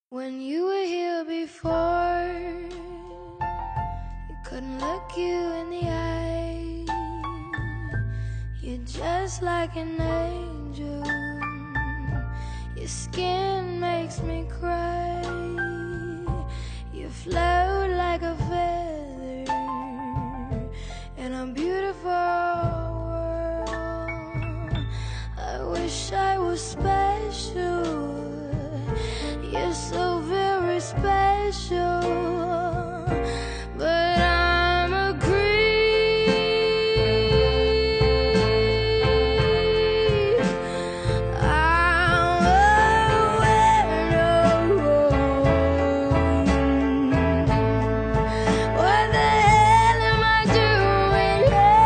When you were here before, you couldn't look you in the eye. You're just like an angel. Your skin makes me cry. You float like a feather in a beautiful world. I wish I was special. You're so very special, but I'm a creep. I'm a weirdo. What the hell am I doing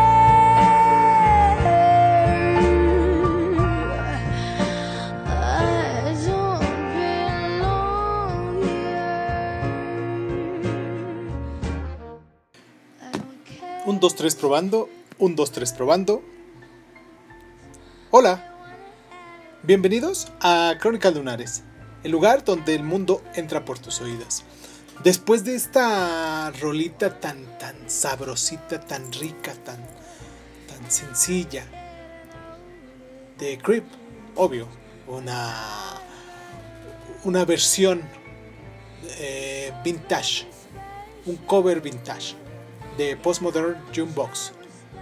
here? I don't belong here. I don't care. 1, 2, 3 probando. 1, 2, 3 probando. Hola. Bienvenidos a Crónicas Lunares, el lugar donde el mundo entra por tus oídos. Después de esta rolita tan sabrosita, tan rica, tan sencilla de Creep, obvio, una versión vintage, un cover vintage de Postmodern Jukebox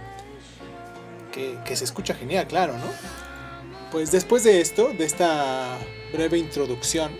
que se escucha genial, claro, ¿no? Pues después de esto, de esta breve introducción,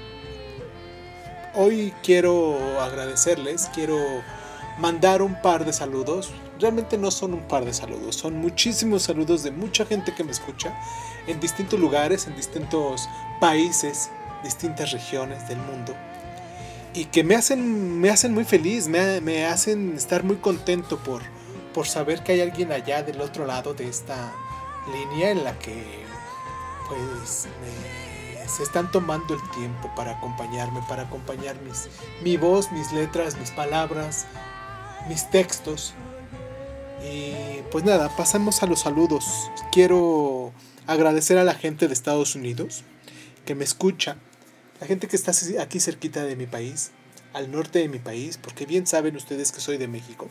hoy quiero agradecerles, quiero mandar un par de saludos. Realmente no son un par de saludos, son muchísimos saludos de mucha gente que me escucha en distintos lugares, en distintos países, distintas regiones del mundo, y que me hacen muy feliz, me hacen estar muy contento por saber que hay alguien allá del otro lado de esta línea en la que pues se están tomando el tiempo para acompañarme, para acompañar mi voz, mis letras, mis palabras, mis textos. Y pues nada, pasamos a los saludos. Quiero agradecer a la gente de Estados Unidos que me escucha, la gente que está aquí cerquita de mi país, al norte de mi país, porque bien saben ustedes que soy de México.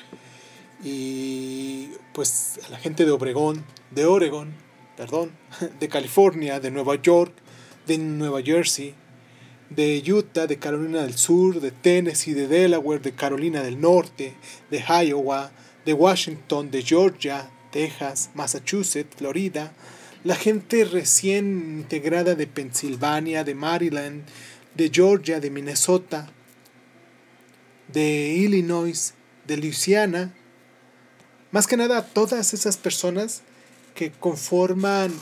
Y pues a la gente de Oregon, de California, de Nueva York, de Nueva Jersey, de Utah, de Carolina del Sur, de Tennessee, de Delaware, de Carolina del Norte, de Iowa, de Washington, de Georgia, Texas, Massachusetts, Florida, la gente recién integrada de Pensilvania, de Maryland, de Georgia, de Minnesota, de Illinois, de Luisiana. Más que nada, todas esas personas que conforman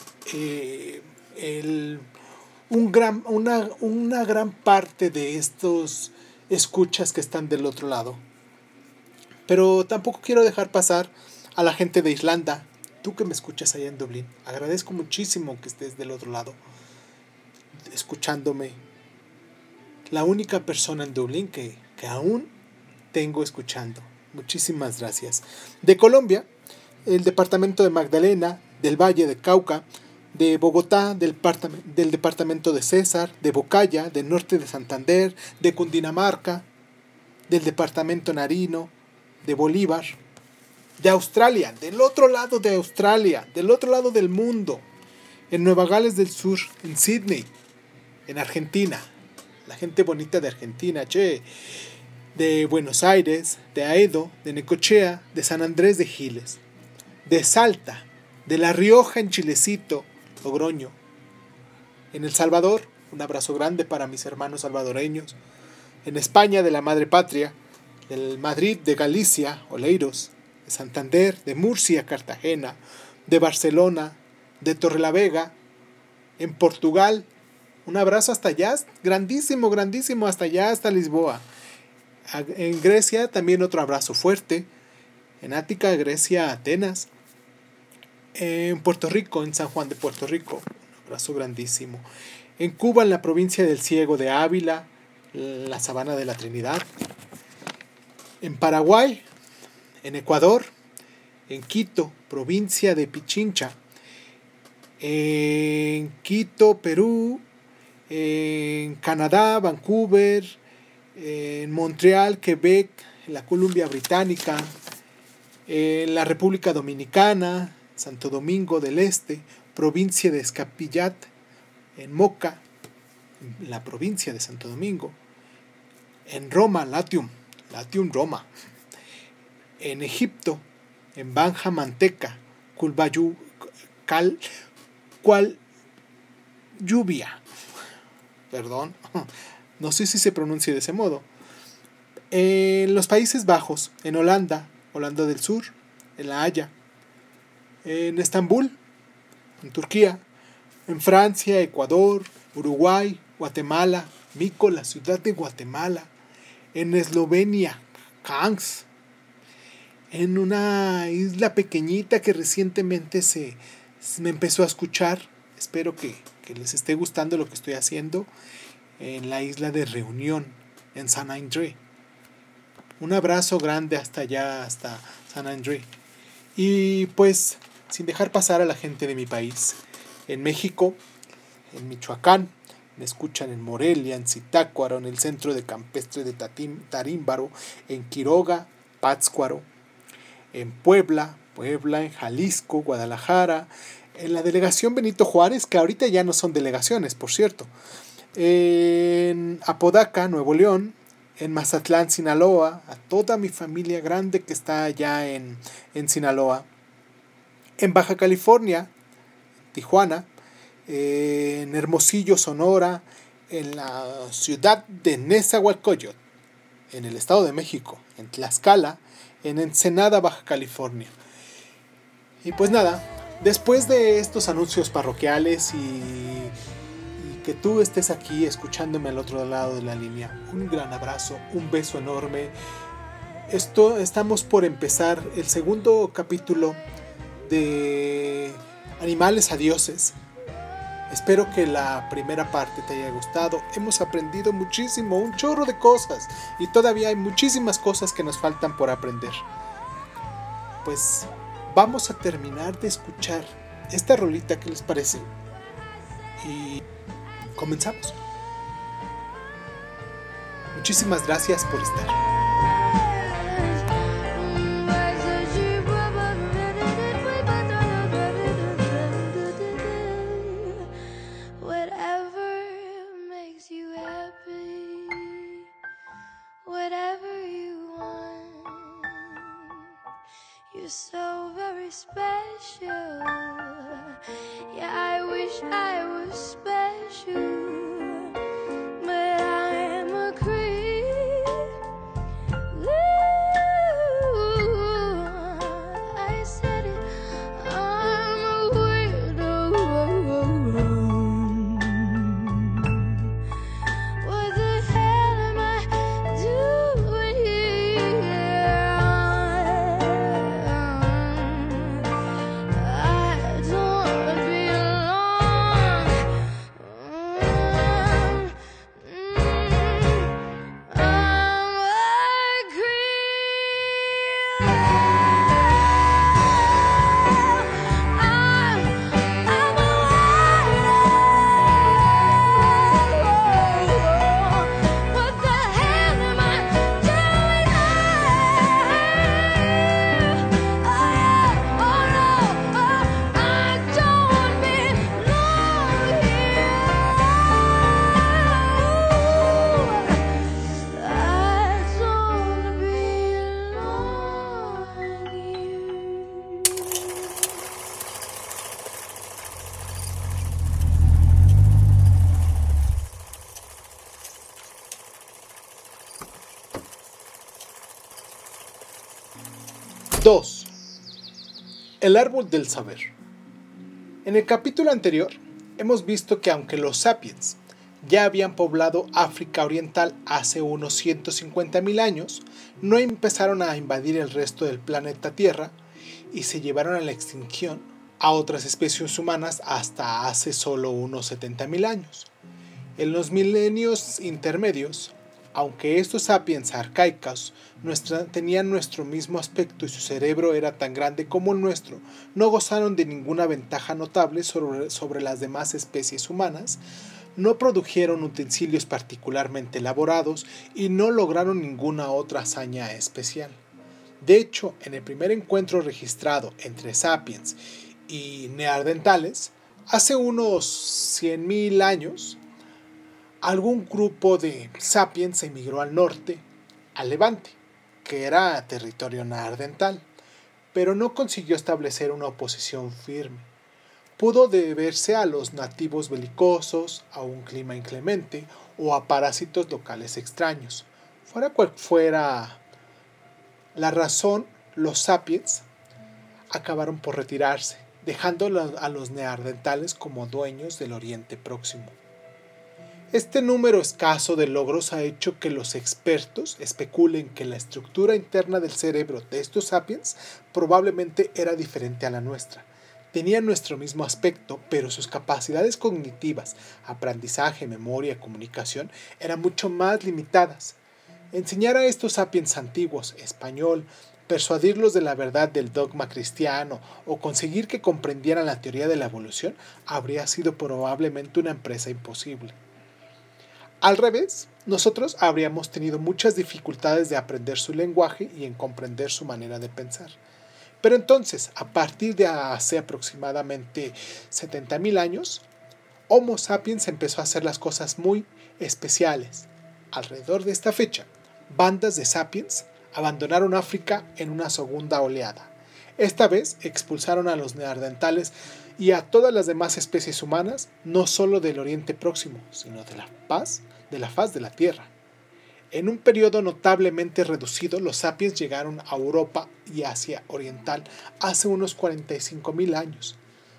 una gran parte de estos escuchas que están del otro lado. Pero tampoco quiero dejar pasar a la gente de Irlanda. Tú que me escuchas allá en Dublín, agradezco muchísimo que estés del otro lado, escuchándome. La única persona en Dublín que aún tengo escuchando. Muchísimas gracias. De Colombia, el departamento de Magdalena, del Valle de Cauca, de Bogotá, del departamento de César, de Bocaya, del norte de Santander, de Cundinamarca, del departamento Nariño, de Bolívar, de Australia, del otro lado de Australia, del otro lado del mundo, en Nueva Gales del Sur, en Sydney, en Argentina, la gente bonita de Argentina, che, de Buenos Aires, de Aedo, de Necochea, de San Andrés de Giles, de Salta, de La Rioja en Chilecito, Logroño, en El Salvador, un abrazo grande para mis hermanos salvadoreños, en España de la Madre Patria, del Madrid, de Galicia, Oleiros, de Santander, de Murcia, Cartagena, de Barcelona, de Torrelavega, en Portugal, un abrazo hasta allá, grandísimo, hasta allá, hasta Lisboa. En Grecia también otro abrazo fuerte, en Ática, Grecia, Atenas, en Puerto Rico, en San Juan de Puerto Rico, un abrazo grandísimo, en Cuba, en la provincia del Ciego de Ávila, la Sabana de la Trinidad, en Paraguay, en Ecuador, en Quito, provincia de Pichincha, en Quito, Perú, en Canadá, Vancouver, en Montreal, Quebec, en la Columbia Británica, en la República Dominicana, Santo Domingo del Este, provincia de Escapillat, en Moca, en la provincia de Santo Domingo, en Roma, Latium Roma, en Egipto, en Banja Manteca, Culbayú, cual lluvia, perdón, no sé si se pronuncia de ese modo, en los Países Bajos, en Holanda del Sur, en La Haya, en Estambul, en Turquía, en Francia, Ecuador, Uruguay, Guatemala, Mico, la ciudad de Guatemala, en Eslovenia, Kansk, en una isla pequeñita que recientemente me empezó a escuchar. Espero que les esté gustando lo que estoy haciendo. En la isla de Reunión, en San André. Un abrazo grande hasta allá, hasta San André. Y pues, sin dejar pasar a la gente de mi país, en México, en Michoacán, me escuchan en Morelia, en Zitácuaro, en el centro de campestre de Tarímbaro, en Quiroga, Pátzcuaro, en Puebla, en Jalisco, Guadalajara, en la delegación Benito Juárez, que ahorita ya no son delegaciones, por cierto, en Apodaca, Nuevo León, en Mazatlán, Sinaloa, a toda mi familia grande que está allá en Sinaloa, en Baja California, Tijuana, en Hermosillo, Sonora, en la ciudad de Nezahualcóyotl, en el Estado de México, en Tlaxcala, en Ensenada, Baja California. Y pues nada, después de estos anuncios parroquiales y que tú estés aquí escuchándome al otro lado de la línea, un gran abrazo, un beso enorme. Estamos por empezar el segundo capítulo de Animales a Dioses. Espero que la primera parte te haya gustado. Hemos aprendido muchísimo, un chorro de cosas, y todavía hay muchísimas cosas que nos faltan por aprender. Pues vamos a terminar de escuchar esta rolita, ¿qué les parece? Y comenzamos. Muchísimas gracias por estar. So very special. Yeah, I wish I was special, but I'm a creep. Ooh, I said it. I'm a weirdo. What the hell am I doing here? I don't belong. I'm a creep. I'm a weirdo. What the hell am I doing here? Oh no, I don't belong here. I don't belong here. Dos. El árbol del saber. En el capítulo anterior hemos visto que aunque los sapiens ya habían poblado África Oriental hace unos 150.000 años, no empezaron a invadir el resto del planeta Tierra y se llevaron a la extinción a otras especies humanas hasta hace solo unos 70.000 años. En los milenios intermedios, aunque estos sapiens arcaicos tenían nuestro mismo aspecto y su cerebro era tan grande como el nuestro, no gozaron de ninguna ventaja notable sobre las demás especies humanas, no produjeron utensilios particularmente elaborados y no lograron ninguna otra hazaña especial. De hecho, en el primer encuentro registrado entre sapiens y neandertales, hace unos 100.000 años, algún grupo de sapiens emigró al norte, al Levante, que era territorio neandertal, pero no consiguió establecer una oposición firme. Pudo deberse a los nativos belicosos, a un clima inclemente o a parásitos locales extraños. Fuera cual fuera la razón, los sapiens acabaron por retirarse, dejando a los neandertales como dueños del Oriente Próximo. Este número escaso de logros ha hecho que los expertos especulen que la estructura interna del cerebro de estos sapiens probablemente era diferente a la nuestra. Tenían nuestro mismo aspecto, pero sus capacidades cognitivas, aprendizaje, memoria, comunicación, eran mucho más limitadas. Enseñar a estos sapiens antiguos español, persuadirlos de la verdad del dogma cristiano o conseguir que comprendieran la teoría de la evolución habría sido probablemente una empresa imposible. Al revés, nosotros habríamos tenido muchas dificultades de aprender su lenguaje y en comprender su manera de pensar. Pero entonces, a partir de hace aproximadamente 70.000 años, Homo sapiens empezó a hacer las cosas muy especiales. Alrededor de esta fecha, bandas de sapiens abandonaron África en una segunda oleada. Esta vez expulsaron a los neandertales y a todas las demás especies humanas, no solo del Oriente Próximo, sino de la faz de la Tierra. En un periodo notablemente reducido, los sapiens llegaron a Europa y Asia Oriental hace unos 45.000 años.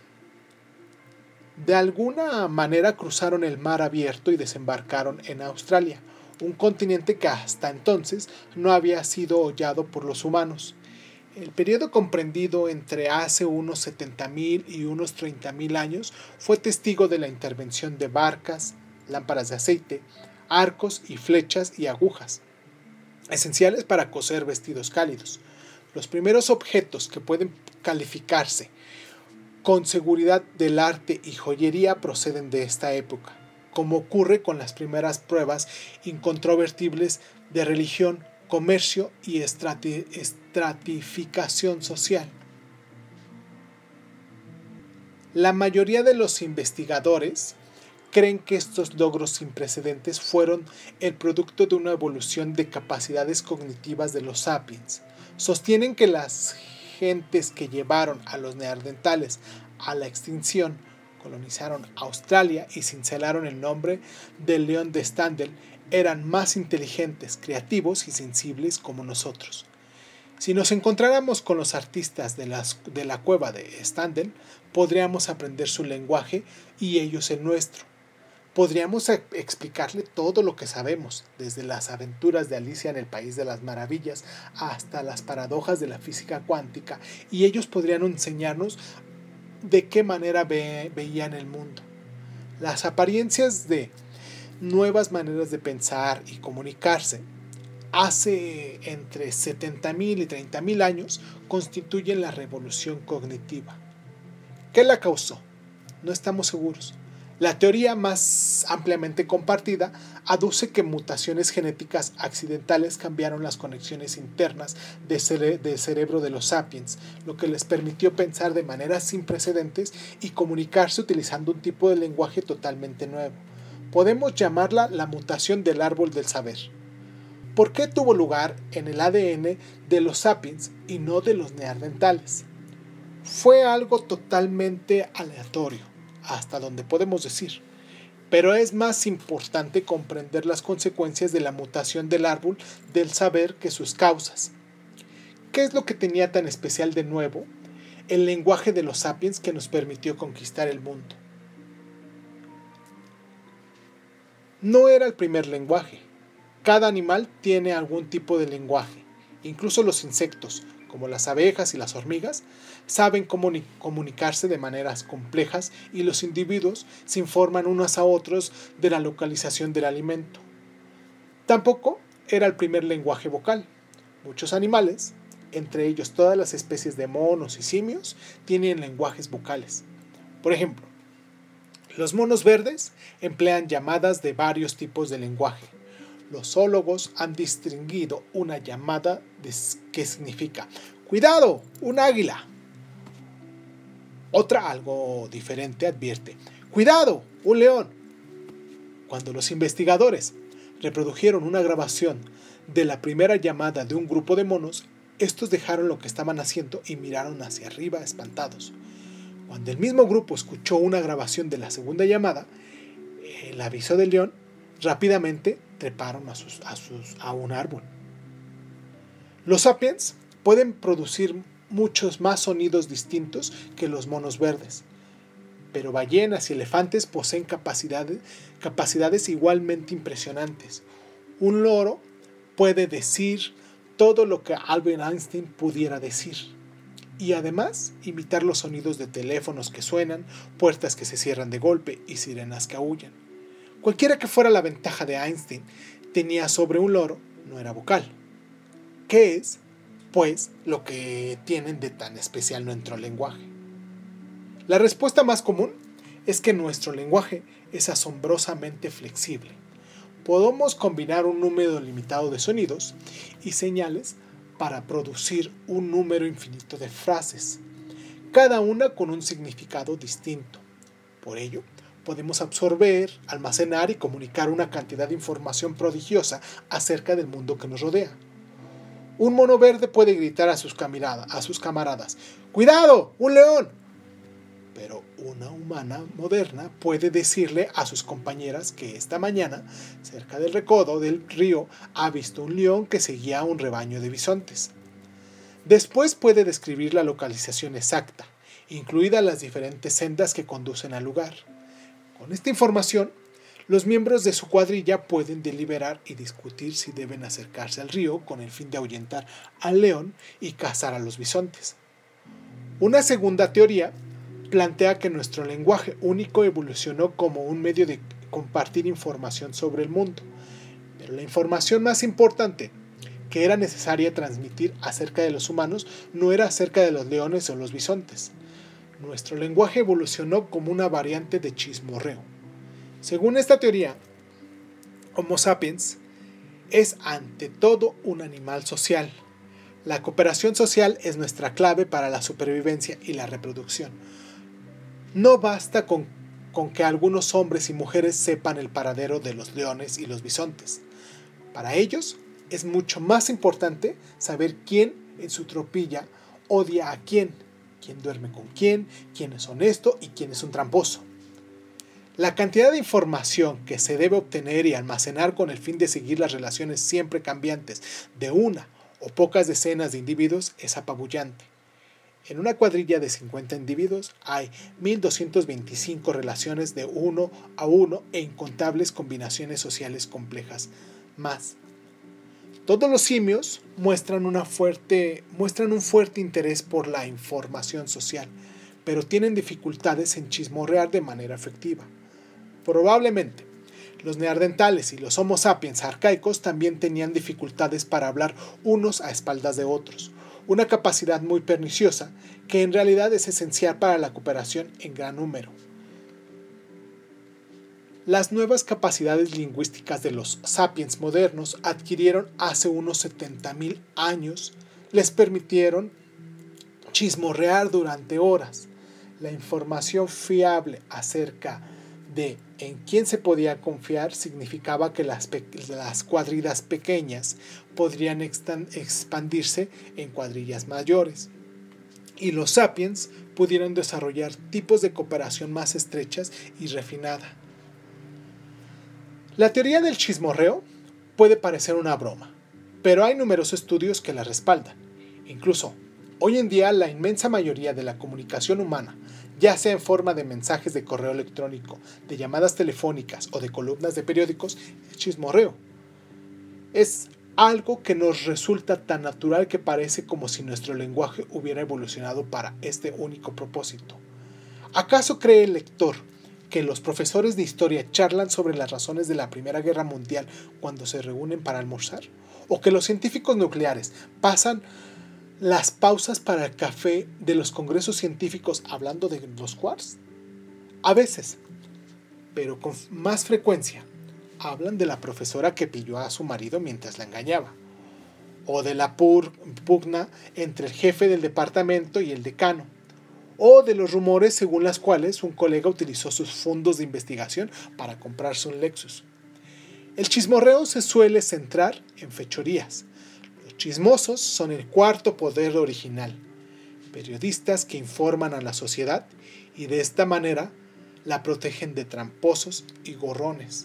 De alguna manera cruzaron el mar abierto y desembarcaron en Australia, un continente que hasta entonces no había sido hollado por los humanos. El periodo comprendido entre hace unos 70.000 y unos 30.000 años fue testigo de la intervención de barcas, lámparas de aceite, arcos y flechas y agujas, esenciales para coser vestidos cálidos. Los primeros objetos que pueden calificarse con seguridad del arte y joyería proceden de esta época, como ocurre con las primeras pruebas incontrovertibles de religión, comercio y estratificación social. La mayoría de los investigadores creen que estos logros sin precedentes fueron el producto de una evolución de capacidades cognitivas de los sapiens. Sostienen que las gentes que llevaron a los neandertales a la extinción colonizaron Australia y cincelaron el nombre del león de Stendhal eran más inteligentes, creativos y sensibles como nosotros. Si nos encontráramos con los artistas de la cueva de Stendhal, podríamos aprender su lenguaje y ellos el nuestro. Podríamos explicarle todo lo que sabemos, desde las aventuras de Alicia en el País de las Maravillas hasta las paradojas de la física cuántica, y ellos podrían enseñarnos de qué manera veían el mundo. Las apariencias de nuevas maneras de pensar y comunicarse hace entre 70.000 y 30.000 años constituyen la revolución cognitiva. ¿Qué la causó? No estamos seguros. La teoría más ampliamente compartida aduce que mutaciones genéticas accidentales cambiaron las conexiones internas del cerebro de los sapiens, lo que les permitió pensar de maneras sin precedentes y comunicarse utilizando un tipo de lenguaje totalmente nuevo. Podemos llamarla la mutación del árbol del saber. ¿Por qué tuvo lugar en el ADN de los sapiens y no de los neandertales? Fue algo totalmente aleatorio, hasta donde podemos decir, pero es más importante comprender las consecuencias de la mutación del árbol del saber que sus causas. ¿Qué es lo que tenía tan especial de nuevo el lenguaje de los sapiens que nos permitió conquistar el mundo? No era el primer lenguaje. Cada animal tiene algún tipo de lenguaje, incluso los insectos, como las abejas y las hormigas, saben comunicarse de maneras complejas y los individuos se informan unos a otros de la localización del alimento. Tampoco era el primer lenguaje vocal. Muchos animales, entre ellos todas las especies de monos y simios, tienen lenguajes vocales. Por ejemplo, Los monos verdes emplean llamadas de varios tipos de lenguaje. Los zoólogos han distinguido una llamada que significa ¡cuidado! ¡Un águila! Otra, algo diferente, advierte ¡cuidado! ¡Un león! Cuando los investigadores reprodujeron una grabación de la primera llamada de un grupo de monos, estos dejaron lo que estaban haciendo y miraron hacia arriba espantados. Cuando el mismo grupo escuchó una grabación de la segunda llamada, el aviso del león, rápidamente treparon a un árbol. Los sapiens pueden producir muchos más sonidos distintos que los monos verdes, pero ballenas y elefantes poseen capacidades igualmente impresionantes. Un loro puede decir todo lo que Albert Einstein pudiera decir, y además imitar los sonidos de teléfonos que suenan, puertas que se cierran de golpe y sirenas que aúllan. Cualquiera que fuera la ventaja de Einstein tenía sobre un loro, no era vocal. ¿Qué es, pues, lo que tienen de tan especial nuestro lenguaje? La respuesta más común es que nuestro lenguaje es asombrosamente flexible. Podemos combinar un número limitado de sonidos y señales para producir un número infinito de frases, cada una con un significado distinto. Por ello, podemos absorber, almacenar y comunicar una cantidad de información prodigiosa acerca del mundo que nos rodea. Un mono verde puede gritar a sus camaradas, ¡cuidado! ¡Un león! Pero una humana moderna puede decirle a sus compañeras que esta mañana, cerca del recodo del río, ha visto un león que seguía a un rebaño de bisontes. Después puede describir la localización exacta, incluidas las diferentes sendas que conducen al lugar. Con esta información, los miembros de su cuadrilla pueden deliberar y discutir si deben acercarse al río con el fin de ahuyentar al león y cazar a los bisontes. Una segunda teoría plantea que nuestro lenguaje único evolucionó como un medio de compartir información sobre el mundo, pero la información más importante que era necesaria transmitir acerca de los humanos no era acerca de los leones o los bisontes. Nuestro lenguaje evolucionó como una variante de chismorreo. Según esta teoría, Homo sapiens es ante todo un animal social. La cooperación social es nuestra clave para la supervivencia y la reproducción. No basta con que algunos hombres y mujeres sepan el paradero de los leones y los bisontes. Para ellos es mucho más importante saber quién en su tropilla odia a quién duerme con quién es honesto y quién es un tramposo. La cantidad de información que se debe obtener y almacenar con el fin de seguir las relaciones siempre cambiantes de una o pocas decenas de individuos es apabullante. En una cuadrilla de 50 individuos hay 1225 relaciones de uno a uno e incontables combinaciones sociales complejas más. Todos los simios muestran un fuerte interés por la información social, pero tienen dificultades en chismorrear de manera efectiva. Probablemente, los neandertales y los Homo sapiens arcaicos también tenían dificultades para hablar unos a espaldas de otros, una capacidad muy perniciosa que en realidad es esencial para la cooperación en gran número. Las nuevas capacidades lingüísticas de los sapiens modernos adquirieron hace unos 70.000 años les permitieron chismorrear durante horas. La información fiable acerca de en quién se podía confiar significaba que las cuadrillas pequeñas podrían expandirse en cuadrillas mayores, y los sapiens pudieron desarrollar tipos de cooperación más estrechas y refinada. La teoría del chismorreo puede parecer una broma, pero hay numerosos estudios que la respaldan. Incluso, hoy en día la inmensa mayoría de la comunicación humana, ya sea en forma de mensajes de correo electrónico, de llamadas telefónicas o de columnas de periódicos, es chismorreo. Es algo que nos resulta tan natural que parece como si nuestro lenguaje hubiera evolucionado para este único propósito. ¿Acaso cree el lector que los profesores de historia charlan sobre las razones de la Primera Guerra Mundial cuando se reúnen para almorzar? ¿O que los científicos nucleares pasan las pausas para el café de los congresos científicos hablando de los quarks? A veces, pero con más frecuencia hablan de la profesora que pilló a su marido mientras la engañaba, o de la pugna entre el jefe del departamento y el decano, o de los rumores según las cuales un colega utilizó sus fondos de investigación para comprarse un Lexus. El chismorreo se suele centrar en fechorías. Los chismosos son el cuarto poder original, periodistas que informan a la sociedad y de esta manera la protegen de tramposos y gorrones.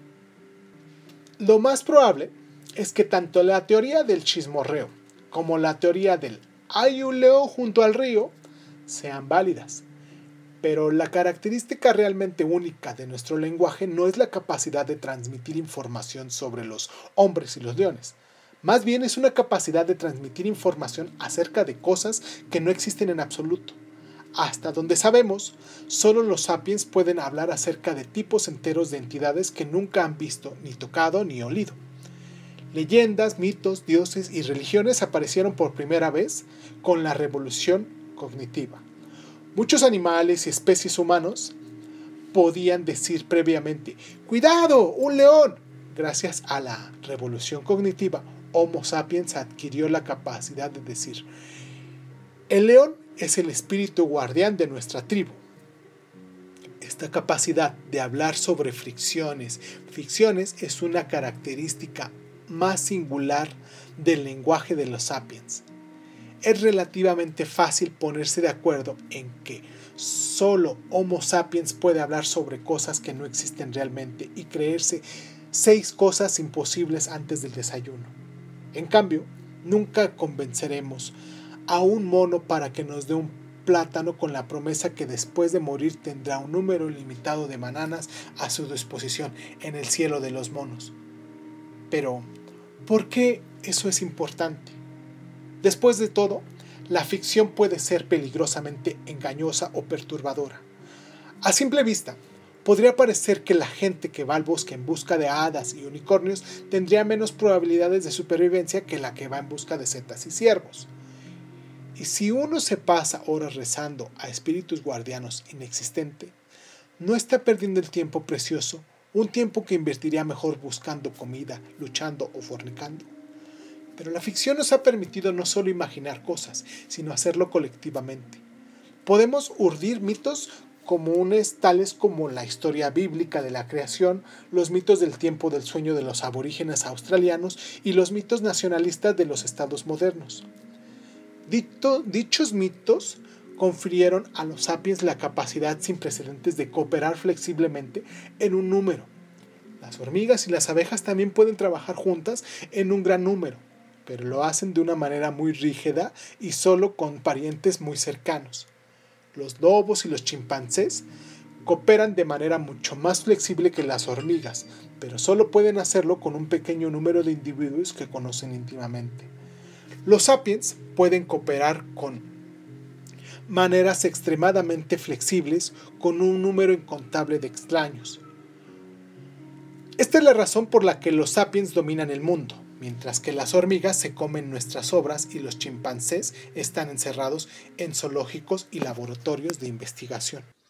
Lo más probable es que tanto la teoría del chismorreo como la teoría del hay un león junto al río sean válidas, pero la característica realmente única de nuestro lenguaje no es la capacidad de transmitir información sobre los hombres y los leones. Más bien es una capacidad de transmitir información acerca de cosas que no existen en absoluto. Hasta donde sabemos, solo los sapiens pueden hablar acerca de tipos enteros de entidades que nunca han visto, ni tocado, ni olido. Leyendas, mitos, dioses y religiones aparecieron por primera vez con la revolución cognitiva. Muchos animales y especies humanos podían decir previamente ¡cuidado, un león! Gracias a la revolución cognitiva, Homo sapiens adquirió la capacidad de decir el león es el espíritu guardián de nuestra tribu. Esta capacidad de hablar sobre ficciones es una característica más singular del lenguaje de los sapiens. Es relativamente fácil ponerse de acuerdo en que solo Homo sapiens puede hablar sobre cosas que no existen realmente y creerse 6 cosas imposibles antes del desayuno. En cambio, nunca convenceremos a un mono para que nos dé un plátano con la promesa que después de morir tendrá un número ilimitado de bananas a su disposición en el cielo de los monos. Pero, ¿por qué eso es importante? Después de todo, la ficción puede ser peligrosamente engañosa o perturbadora. A simple vista, podría parecer que la gente que va al bosque en busca de hadas y unicornios tendría menos probabilidades de supervivencia que la que va en busca de setas y ciervos. Y si uno se pasa horas rezando a espíritus guardianos inexistentes, no está perdiendo el tiempo precioso, un tiempo que invertiría mejor buscando comida, luchando o fornicando. Pero la ficción nos ha permitido no solo imaginar cosas, sino hacerlo colectivamente. Podemos urdir mitos comunes tales como la historia bíblica de la creación, los mitos del tiempo del sueño de los aborígenes australianos y los mitos nacionalistas de los estados modernos. Dichos mitos confirieron a los sapiens la capacidad sin precedentes de cooperar flexiblemente en un número. Las hormigas y las abejas también pueden trabajar juntas en un gran número, pero lo hacen de una manera muy rígida y solo con parientes muy cercanos. Los lobos y los chimpancés cooperan de manera mucho más flexible que las hormigas, pero solo pueden hacerlo con un pequeño número de individuos que conocen íntimamente. Los sapiens pueden cooperar con maneras extremadamente flexibles con un número incontable de extraños. Esta es la razón por la que los sapiens dominan el mundo, mientras que las hormigas se comen nuestras obras y los chimpancés están encerrados en zoológicos y laboratorios de investigación.